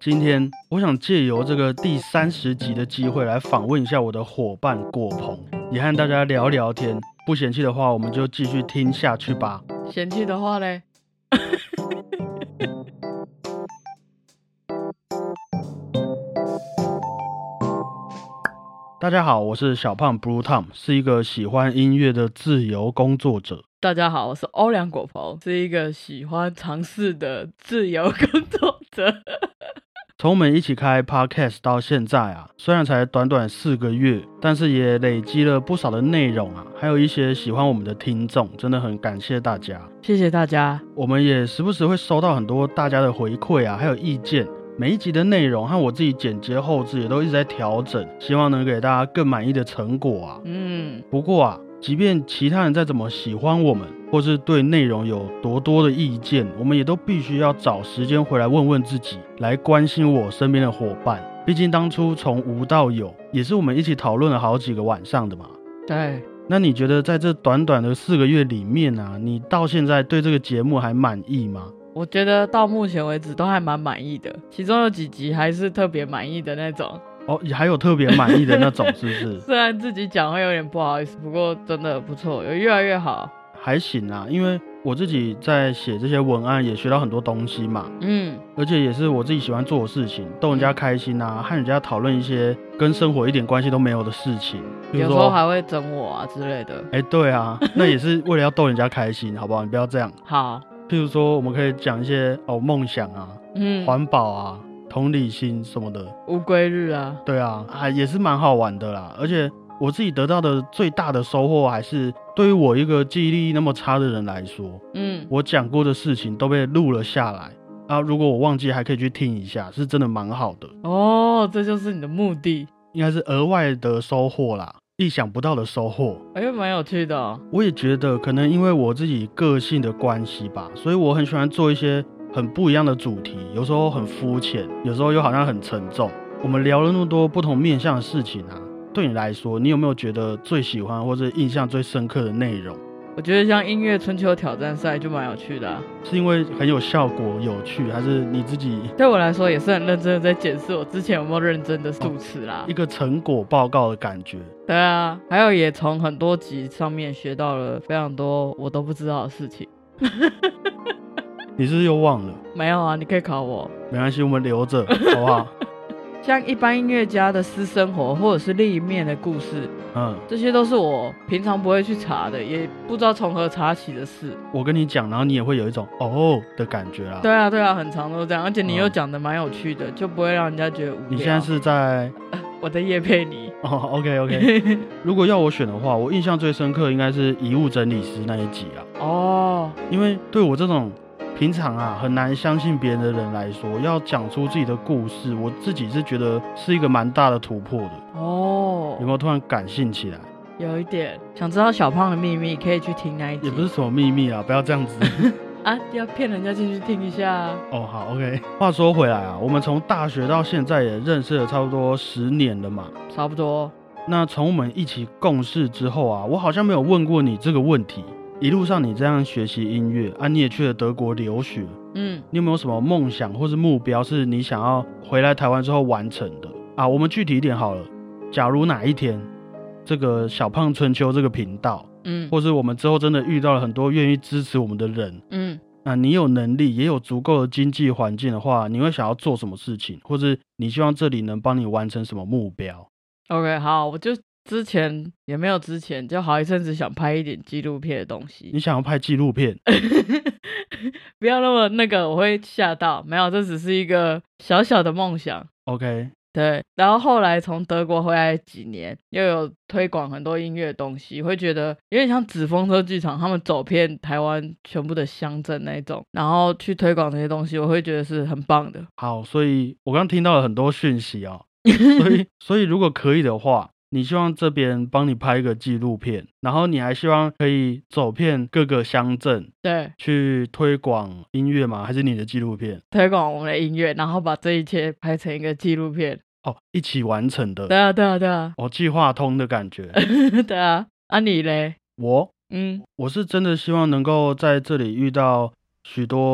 今天我想借由这个第30集的机会来访问一下我的伙伴果鹏，也和大家聊聊天。不嫌弃的话，我们就继续听下去吧。 嫌弃的话嘞？ 大家好，我是小胖 Blue Tom， 是一个喜欢音乐的自由工作者。 大家好，我是欧良果鹏，是一个喜欢尝试的自由工作者。 从我们一起开 Podcast 到现在啊，虽然才短短4个月，但是也累积了不少的内容啊，还有一些喜欢我们的听众，真的很感谢大家。 谢谢大家。 我们也时不时会收到很多大家的回馈啊，还有意见。每一集的内容和我自己剪接后制也都一直在调整，希望能给大家更满意的成果啊。不过啊，即便其他人再怎么喜欢我们，或是对内容有多的意见，我们也都必须要找时间回来问问自己，来关心我身边的伙伴。毕竟当初从无到有，也是我们一起讨论了好几个晚上的嘛。 对。 那你觉得在这短短的4个月里面啊，你到现在对这个节目还满意吗？ 我觉得到目前为止都还蛮满意的，其中有几集还是特别满意的那种。 哦，还有特别满意的那种是不是？ 虽然自己讲会有点不好意思，不过真的不错，有越来越好。 还行啊，因为我自己在写这些文案也学到很多东西嘛。而且也是我自己喜欢做的事情，逗人家开心啊，和人家讨论一些跟生活一点关系都没有的事情。 有时候还会整我啊之类的。 对啊，那也是为了要逗人家开心，好不好？你不要这样。 好。 譬如说我们可以讲一些梦想啊，环保啊，同理心什么的， 乌龟日啊。 对啊，也是蛮好玩的啦。而且我自己得到的最大的收获，还是对于我一个记忆力那么差的人来说，我讲过的事情都被录了下来啊。如果我忘记，还可以去听一下，是真的蛮好的。 哦，这就是你的目的？ 应该是额外的收获啦，意想不到的收获。 蛮有趣的哦。 我也觉得可能因为我自己个性的关系吧，所以我很喜欢做一些很不一样的主题，有时候很肤浅，有时候又好像很沉重。我们聊了那么多不同面向的事情啊，对你来说，你有没有觉得最喜欢或者印象最深刻的内容？ 我觉得像音乐春秋挑战赛就蛮有趣的啊。 是因为很有效果有趣，还是你自己？ 对我来说也是很认真的在检视我之前有没有认真的主持啦， 一个成果报告的感觉。 对啊，还有也从很多集上面学到了非常多我都不知道的事情。 你是不是又忘了？ 没有啊，你可以考我。 没关系，我们留着好不好？ 像一般音乐家的私生活或者是另一面的故事，这些都是我平常不会去查的，也不知道从何查起的事。 我跟你讲，然后你也会有一种的感觉啦。 对啊，很常都这样，而且你又讲的蛮有趣的，就不会让人家觉得无聊。 你现在是在我在业配你。 OK 如果要我选的话，我印象最深刻应该是遗物整理师那一集啦。因为对我这种平常啊很难相信别人的人来说，要讲出自己的故事，我自己是觉得是一个蛮大的突破的。有没有突然感性起来？ 有一点。想知道小胖的秘密，可以去听那一集。 也不是什么秘密啊，不要这样子。 啊，要骗人家进去听一下啊。 好 OK。话说回来啊，我们从大学到现在也认识了差不多10年了嘛。差不多。那从我们一起共事之后啊，我好像没有问过你这个问题。一路上你这样学习音乐啊，你也去了德国留学，你有没有什么梦想或是目标是你想要回来台湾之后完成的啊？我们具体一点好了，假如哪一天这个小胖春秋这个频道，或是我们之后真的遇到了很多愿意支持我们的人，那你有能力也有足够的经济环境的话，你会想要做什么事情，或是你希望这里能帮你完成什么目标？ OK， 好，我就之前也没有就好一阵子想拍一点纪录片的东西。 你想要拍纪录片？ 不要那么那个，我会吓到。没有，这只是一个小小的梦想。 OK。 对，然后后来从德国回来几年，又有推广很多音乐的东西，会觉得有点像纸风车剧场，他们走遍台湾全部的乡镇那种，然后去推广这些东西，我会觉得是很棒的。 好，所以我刚听到了很多讯息哦。所以如果可以的话，你希望这边帮你拍一个纪录片，然后你还希望可以走遍各个乡镇， 对， 去推广音乐吗？还是你的纪录片？ 推广我们的音乐，然后把这一切拍成一个纪录片。 一起完成的。 对啊。 计划通的感觉。 对啊。啊你嘞？ 我是真的希望能够在这里遇到许多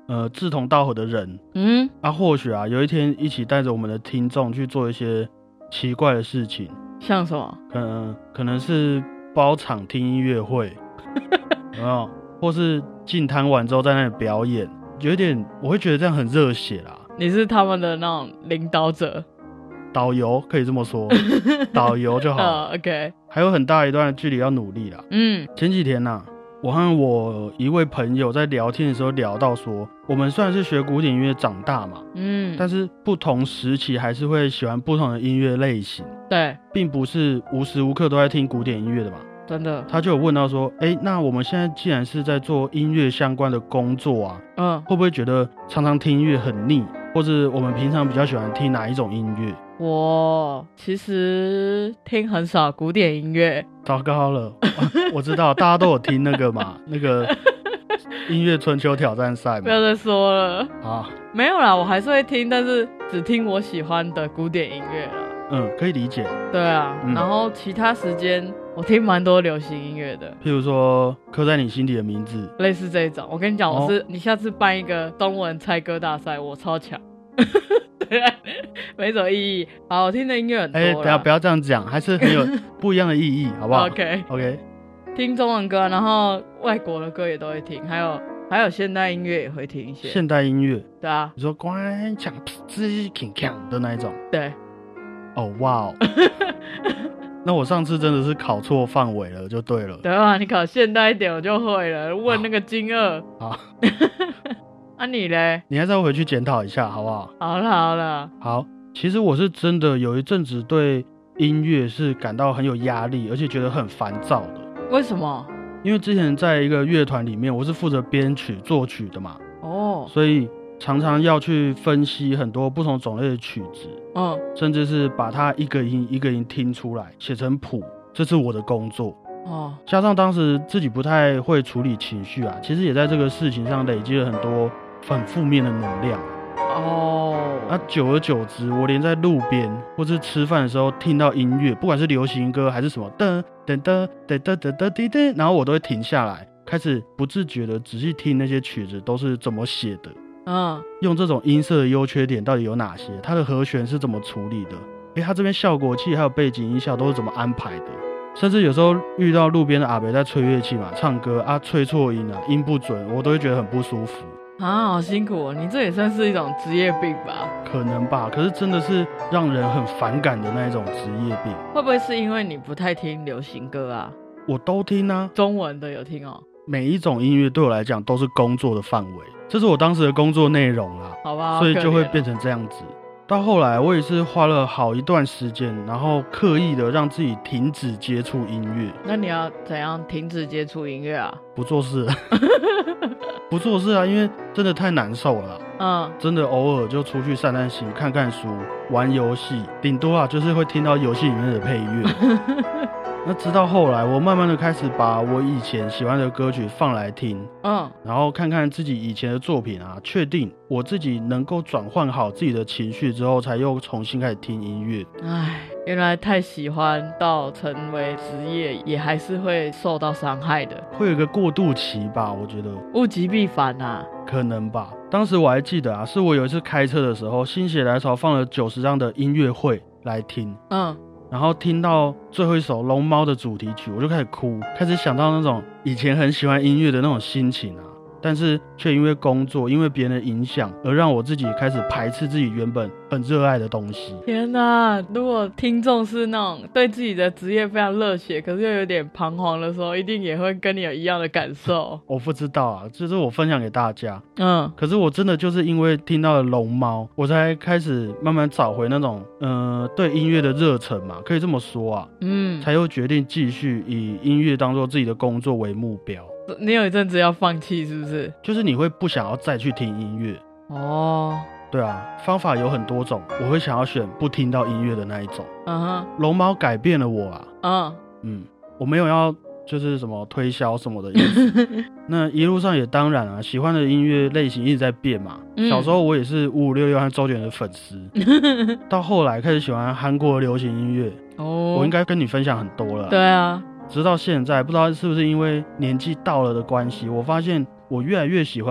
志同道合的人，或许啊有一天一起带着我们的听众去做一些奇怪的事情， 像什么？ 可能是包场听音乐会，有没有？或是进摊完之后在那里表演，有点我会觉得这样很热血啦。 你是他们的那种领导者， 导游可以这么说，导游就好。 OK， 还有很大一段距离要努力啦。前几天啊，我和我一位朋友在聊天的时候聊到说，我们虽然是学古典音乐长大嘛，但是不同时期还是会喜欢不同的音乐类型。 对， 并不是无时无刻都在听古典音乐的嘛。 真的。 他就有问到说，那我们现在既然是在做音乐相关的工作啊，会不会觉得常常听音乐很腻，或者我们平常比较喜欢听哪一种音乐？ 我其实听很少古典音乐。 糟糕了，我知道大家都有听那个嘛，那个音乐春秋挑战赛嘛。 不要再说了啊， 没有啦，我还是会听，但是只听我喜欢的古典音乐啦。 可以理解。 对啊，然后其他时间我听蛮多流行音乐的， 譬如说刻在你心底的名字， 类似这一种。我跟你讲，你下次办一个中文猜歌大赛，我超强。对啊，没什么意义。好，我听的音乐很多啦。 不要这样讲，还是很有不一样的意义，好不好 ？OK， 听中文歌，然后外国的歌也都会听，还有现代音乐也会听一些。 现代音乐， 对啊， 你说关枪吱铿锵的那一种。 对。 哇哦。那我上次真的是考错范围了，就对了。 对啊，你考现代一点我就会了。问那个金二。 好。 啊你嘞？ 你还是要回去检讨一下，好不好？ 好了。 好，其实我是真的有一阵子对音乐是感到很有压力，而且觉得很烦躁的。 为什么？ 因为之前在一个乐团里面，我是负责编曲作曲的嘛。所以常常要去分析很多不同种类的曲子，甚至是把它一个音一个音听出来，写成谱，这是我的工作。加上当时自己不太会处理情绪啊，其实也在这个事情上累积了很多很负面的能量。久而久之，我连在路边或是吃饭的时候听到音乐，不管是流行歌还是什么噔噔噔噔噔噔噔噔噔，然后我都会停下来，开始不自觉的仔细听那些曲子都是怎么写的。用这种音色的优缺点到底有哪些？它的和弦是怎么处理的？它这边效果器还有背景音效都是怎么安排的？甚至有时候遇到路边的阿伯在吹乐器嘛，唱歌啊，吹错音啊，音不准，我都会觉得很不舒服。 好辛苦哦，你这也算是一种职业病吧？ 可能吧，可是真的是让人很反感的那一种职业病。 会不会是因为你不太听流行歌啊？ 我都听啊， 中文的有听哦。 每一种音乐对我来讲都是工作的范围，这是我当时的工作内容啦。 好吧， 所以就会变成这样子。到后来我也是花了好一段时间，然后刻意的让自己停止接触音乐。 那你要怎样停止接触音乐啊？ 不做事。不做事啊，因为真的太难受了。真的偶尔就出去散散心，看看书，玩游戏，顶多啊就是会听到游戏里面的配乐。那直到后来我慢慢的开始把我以前喜欢的歌曲放来听，然后看看自己以前的作品啊，确定我自己能够转换好自己的情绪之后，才又重新开始听音乐。 原来太喜欢到成为职业也还是会受到伤害的， 会有一个过渡期吧，我觉得物极必反啊， 可能吧。当时我还记得啊，是我有一次开车的时候，心血来潮放了90张的音乐会来听，然后听到最后一首龙猫的主题曲，我就开始哭，开始想到那种以前很喜欢音乐的那种心情啊，但是却因为工作，因为别人的影响，而让我自己开始排斥自己原本很热爱的东西。 天哪，如果听众是那种对自己的职业非常热血，可是又有点彷徨的时候，一定也会跟你有一样的感受。 我不知道啊，这是我分享给大家。可是我真的就是因为听到了龙猫，我才开始慢慢找回那种对音乐的热忱嘛，可以这么说啊。才又决定继续以音乐当做自己的工作为目标。 你有一阵子要放弃是不是？ 就是你会不想要再去听音乐。对啊，方法有很多种，我会想要选不听到音乐的那一种。龙猫改变了我啊。我没有要就是什么推销什么的意思。那一路上也当然啊，喜欢的音乐类型一直在变嘛。小时候我也是5566和周杰伦的粉丝，到后来开始喜欢韩国的流行音乐。我应该跟你分享很多了。 对啊， 直到现在不知道是不是因为年纪到了的关系，我发现我越来越喜欢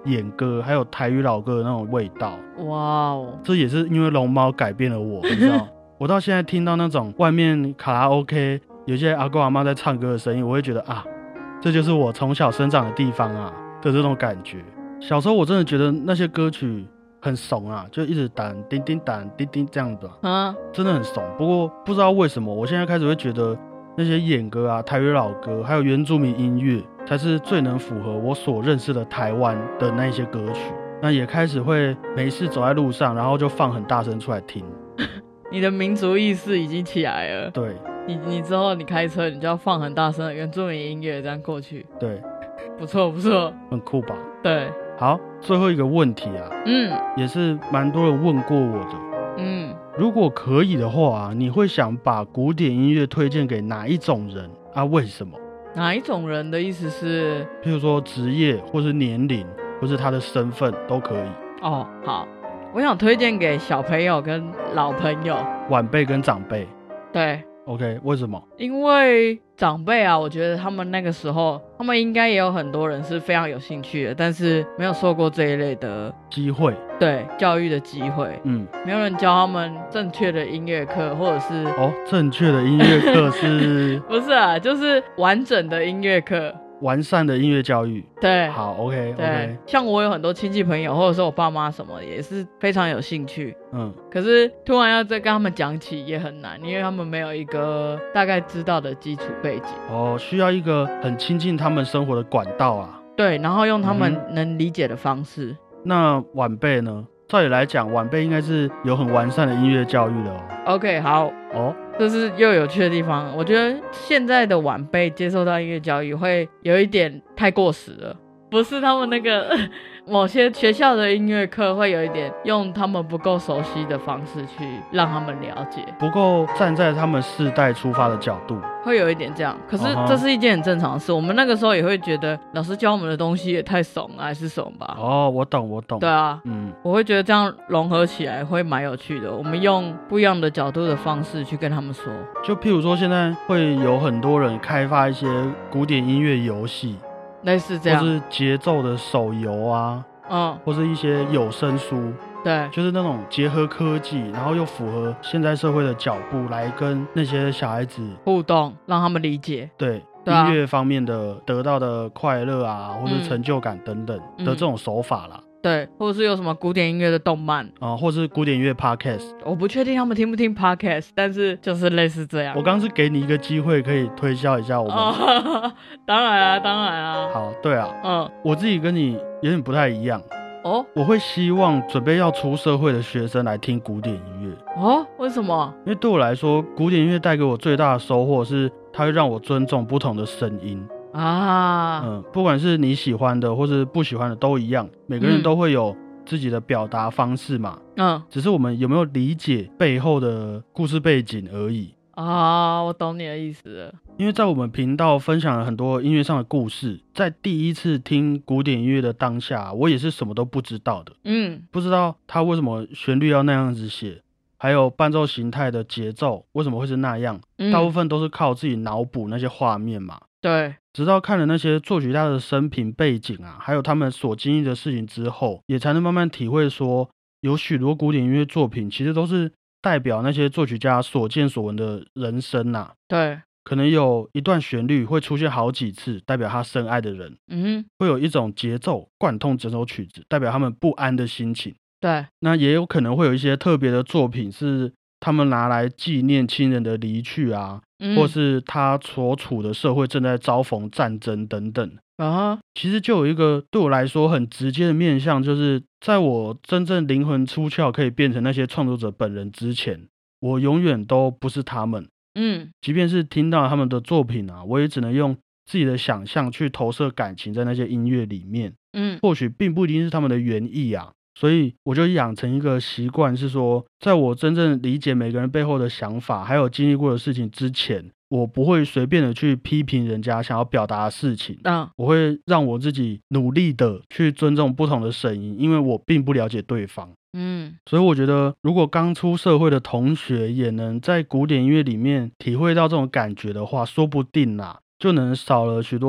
演歌还有台语老歌的那种味道。 哇哦， 这也是因为龙猫改变了我，你知道我到现在听到那种外面卡拉 OK 有些阿公阿嬷在唱歌的声音，我会觉得啊，这就是我从小生长的地方啊的这种感觉。小时候我真的觉得那些歌曲很怂啊，就一直弹叮叮弹叮叮这样子真的很怂。不过不知道为什么我现在开始会觉得那些演歌啊、台语老歌还有原住民音乐才是最能符合我所认识的台湾的那些歌曲。那也开始会没事走在路上，然后就放很大声出来听。 你的民族意识已经起来了。 对， 你之后你开车你就要放很大声的原住民音乐这样过去。 对， 不错不错， 很酷吧？ 对。 好，最后一个问题啊，也是蛮多人问过我的，如果可以的话你会想把古典音乐推荐给哪一种人啊？为什么？ 哪一种人的意思是？ 譬如说职业，或是年龄，或是他的身份都可以。 哦，好，我想推荐给小朋友跟老朋友， 晚辈跟长辈。 对。 OK， 为什么？ 因为长辈啊，我觉得他们那个时候，他们应该也有很多人是非常有兴趣的，但是没有受过这一类的机会， 对，教育的机会，没有人教他们正确的音乐课，或者是正确的音乐课是不是啊？就是完整的音乐课。 完善的音乐教育。 对， 好 OK， 对，像我有很多亲戚朋友或者是我爸妈什么也是非常有兴趣，可是突然要再跟他们讲起也很难，因为他们没有一个大概知道的基础背景。 需要一个很亲近他们生活的管道啊。 对，然后用他们能理解的方式。 那晚辈呢？照理来讲，晚辈应该是有很完善的音乐教育的 OK， 好这是又有趣的地方。我觉得现在的晚辈接受到音乐教育会有一点太过时了，不是他们那个某些学校的音乐课会有一点用他们不够熟悉的方式去让他们了解， 不够站在他们世代出发的角度， 会有一点这样。可是这是一件很正常的事，我们那个时候也会觉得老师教我们的东西也太怂了，还是什么吧。 我懂。 对啊，我会觉得这样融合起来会蛮有趣的，我们用不一样的角度的方式去跟他们说。 就譬如说现在会有很多人开发一些古典音乐游戏， 类似这样， 或是节奏的手游啊，或是一些有声书， 对， 就是那种结合科技，然后又符合现在社会的脚步来跟那些小孩子互动，让他们理解， 对音乐方面的得到的快乐啊，或是成就感等等的这种手法啦。 对，或者是有什么古典音乐的动漫或是古典音乐 podcast， 我不确定他们听不听 podcast， 但是就是类似这样。 我刚是给你一个机会可以推销一下我们当然啊好，对啊，我自己跟你有点不太一样我会希望准备要出社会的学生来听古典音乐为什么？ 因为对我来说，古典音乐带给我最大的收获是它会让我尊重不同的声音不管是你喜欢的或是不喜欢的都一样，每个人都会有自己的表达方式嘛只是我们有没有理解背后的故事背景而已我懂你的意思了。 因为在我们频道分享了很多音乐上的故事，在第一次听古典音乐的当下，我也是什么都不知道的不知道它为什么旋律要那样子写，还有伴奏形态的节奏为什么会是那样大部分都是靠自己脑补那些画面嘛对， 直到看了那些作曲家的生平背景还有他们所经历的事情之后，也才能慢慢体会说，有许多古典音乐作品其实都是代表那些作曲家所见所闻的人生对， 可能有一段旋律会出现好几次，代表他深爱的人会有一种节奏贯通整首曲子，代表他们不安的心情对， 那也有可能会有一些特别的作品是他们拿来纪念亲人的离去或是他所处的社会正在遭逢战争等等其实就有一个对我来说很直接的面向，就是在我真正灵魂出窍可以变成那些创作者本人之前，我永远都不是他们即便是听到他们的作品我也只能用自己的想象去投射感情在那些音乐里面或许并不一定是他们的原意所以我就养成一个习惯，是说在我真正理解每个人背后的想法还有经历过的事情之前，我不会随便的去批评人家想要表达的事情我会让我自己努力的去尊重不同的声音，因为我并不了解对方所以我觉得如果刚出社会的同学也能在古典音乐里面体会到这种感觉的话，说不定就能少了许多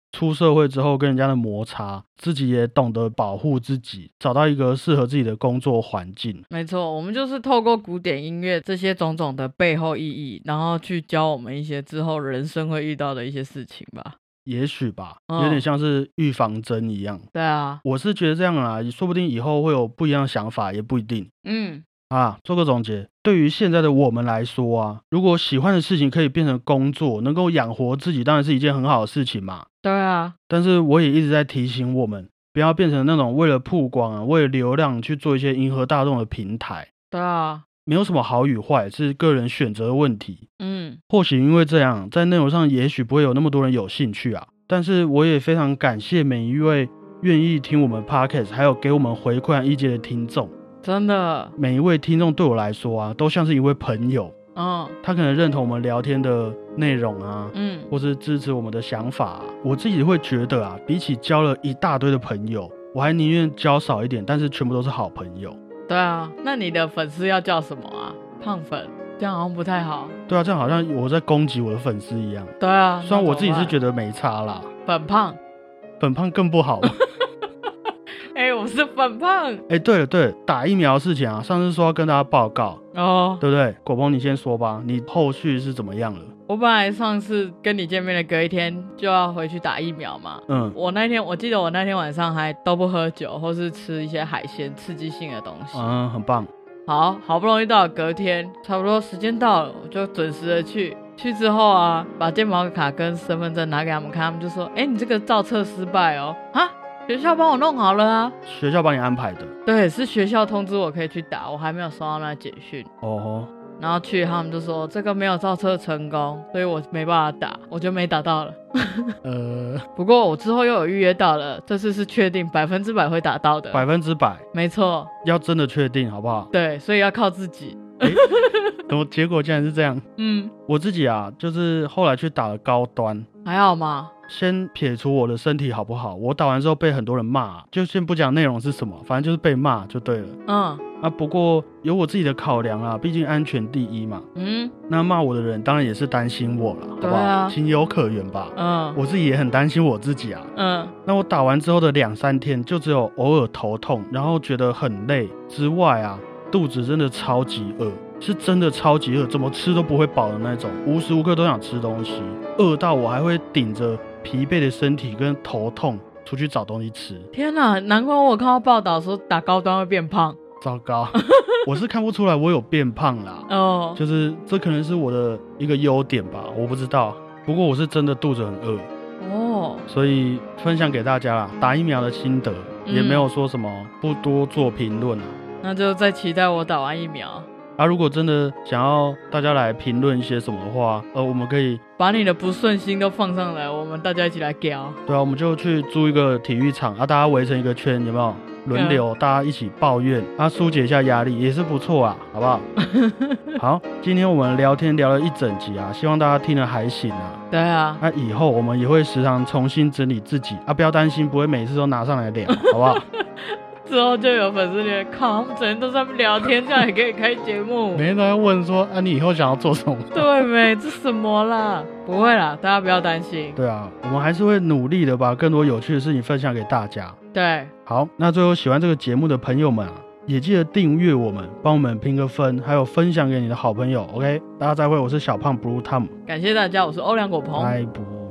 出社会之后跟人家的摩擦，自己也懂得保护自己，找到一个适合自己的工作环境。 没错，我们就是透过古典音乐这些种种的背后意义，然后去教我们一些之后人生会遇到的一些事情吧。 也许吧，有点像是预防针一样。 对啊， 我是觉得这样啦，说不定以后会有不一样的想法，也不一定。做个总结，对于现在的我们来说啊，如果喜欢的事情可以变成工作，能够养活自己，当然是一件很好的事情嘛。 对啊， 但是我也一直在提醒我们，不要变成那种为了曝光啊，为了流量去做一些迎合大众的平台。 对啊， 没有什么好与坏，是个人选择的问题。或许因为这样，在内容上也许不会有那么多人有兴趣啊。但是我也非常感谢每一位愿意听我们 podcast 还有给我们回馈意见的听众， 真的， 每一位听众对我来说啊，都像是一位朋友。他可能认同我们聊天的内容啊，或是支持我们的想法啊。我自己会觉得啊，比起交了一大堆的朋友，我还宁愿交少一点，但是全部都是好朋友。 对啊，那你的粉丝要叫什么啊？胖粉？这样好像不太好。 对啊，这样好像我在攻击我的粉丝一样。 对啊， 虽然我自己是觉得没差啦。 粉胖更不好。 我是粉胖。 对了，打疫苗的事情啊，上次说要跟大家报告对不对？果鹏你先说吧，你后续是怎么样了？ 我本来上次跟你见面的隔一天就要回去打疫苗嘛。我记得我那天晚上还都不喝酒，或是吃一些海鲜刺激性的东西。很棒。 好不容易到了隔天，差不多时间到了，我就准时的去之后啊，把健保卡跟身份证拿给他们看，他们就说你这个造册失败哦。学校帮我弄好了啊。 学校帮你安排的？ 对，是学校通知我可以去打，我还没有收到那简讯。然后去他们就说这个没有造册成功，所以我没办法打，我就没打到了。不过我之后又有预约到了，这次是确定100%会打到的。 100%？ 没错， 要真的确定好不好？ 对，所以要靠自己。 怎么结果竟然是这样？我自己啊，就是后来去打了高端。 还好吗？ 先撇除我的身体好不好，我打完之后被很多人骂，就先不讲内容是什么，反正就是被骂就对了。不过有我自己的考量啊，毕竟安全第一嘛。那骂我的人当然也是担心我了，好不好？情有可原吧。我自己也很担心我自己啊。那我打完之后的2-3天，就只有偶尔头痛，然后觉得很累之外啊，肚子真的超级饿，是真的超级饿，怎么吃都不会饱的那种，无时无刻都想吃东西，饿到我还会顶着疲惫的身体跟头痛出去找东西吃。 天哪，难怪我看到报道说打高端会变胖。 糟糕。我是看不出来我有变胖啦。就是这可能是我的一个优点吧，我不知道。不过我是真的肚子很饿。所以分享给大家啦，打疫苗的心得，也没有说什么不多做评论。 那就再期待我打完疫苗。 如果真的想要大家来评论一些什么的话，我们可以把你的不顺心都放上来，我们大家一起来聊。 对啊，我们就去租一个体育场大家围成一个圈，有没有？轮流大家一起抱怨疏解一下压力也是不错啊，好不好？好，今天我们聊天聊了一整集希望大家听了还行啊。 对啊， 以后我们也会时常重新整理自己不要担心不会每次都拿上来聊，好不好？ 之后就有粉丝留言，靠，他们整天都在那边聊天，这样也可以开节目。 每天都在问说你以后想要做什么？ 对没？这什么啦？不会啦，大家不要担心。 对啊，我们还是会努力的把更多有趣的事情分享给大家。 对， 好，那最后喜欢这个节目的朋友们也记得订阅我们，帮我们评个分，还有分享给你的好朋友。OK， 大家再会，我是小胖 Blue Tom， 感谢大家，我是欧良果鹏， 拜拜。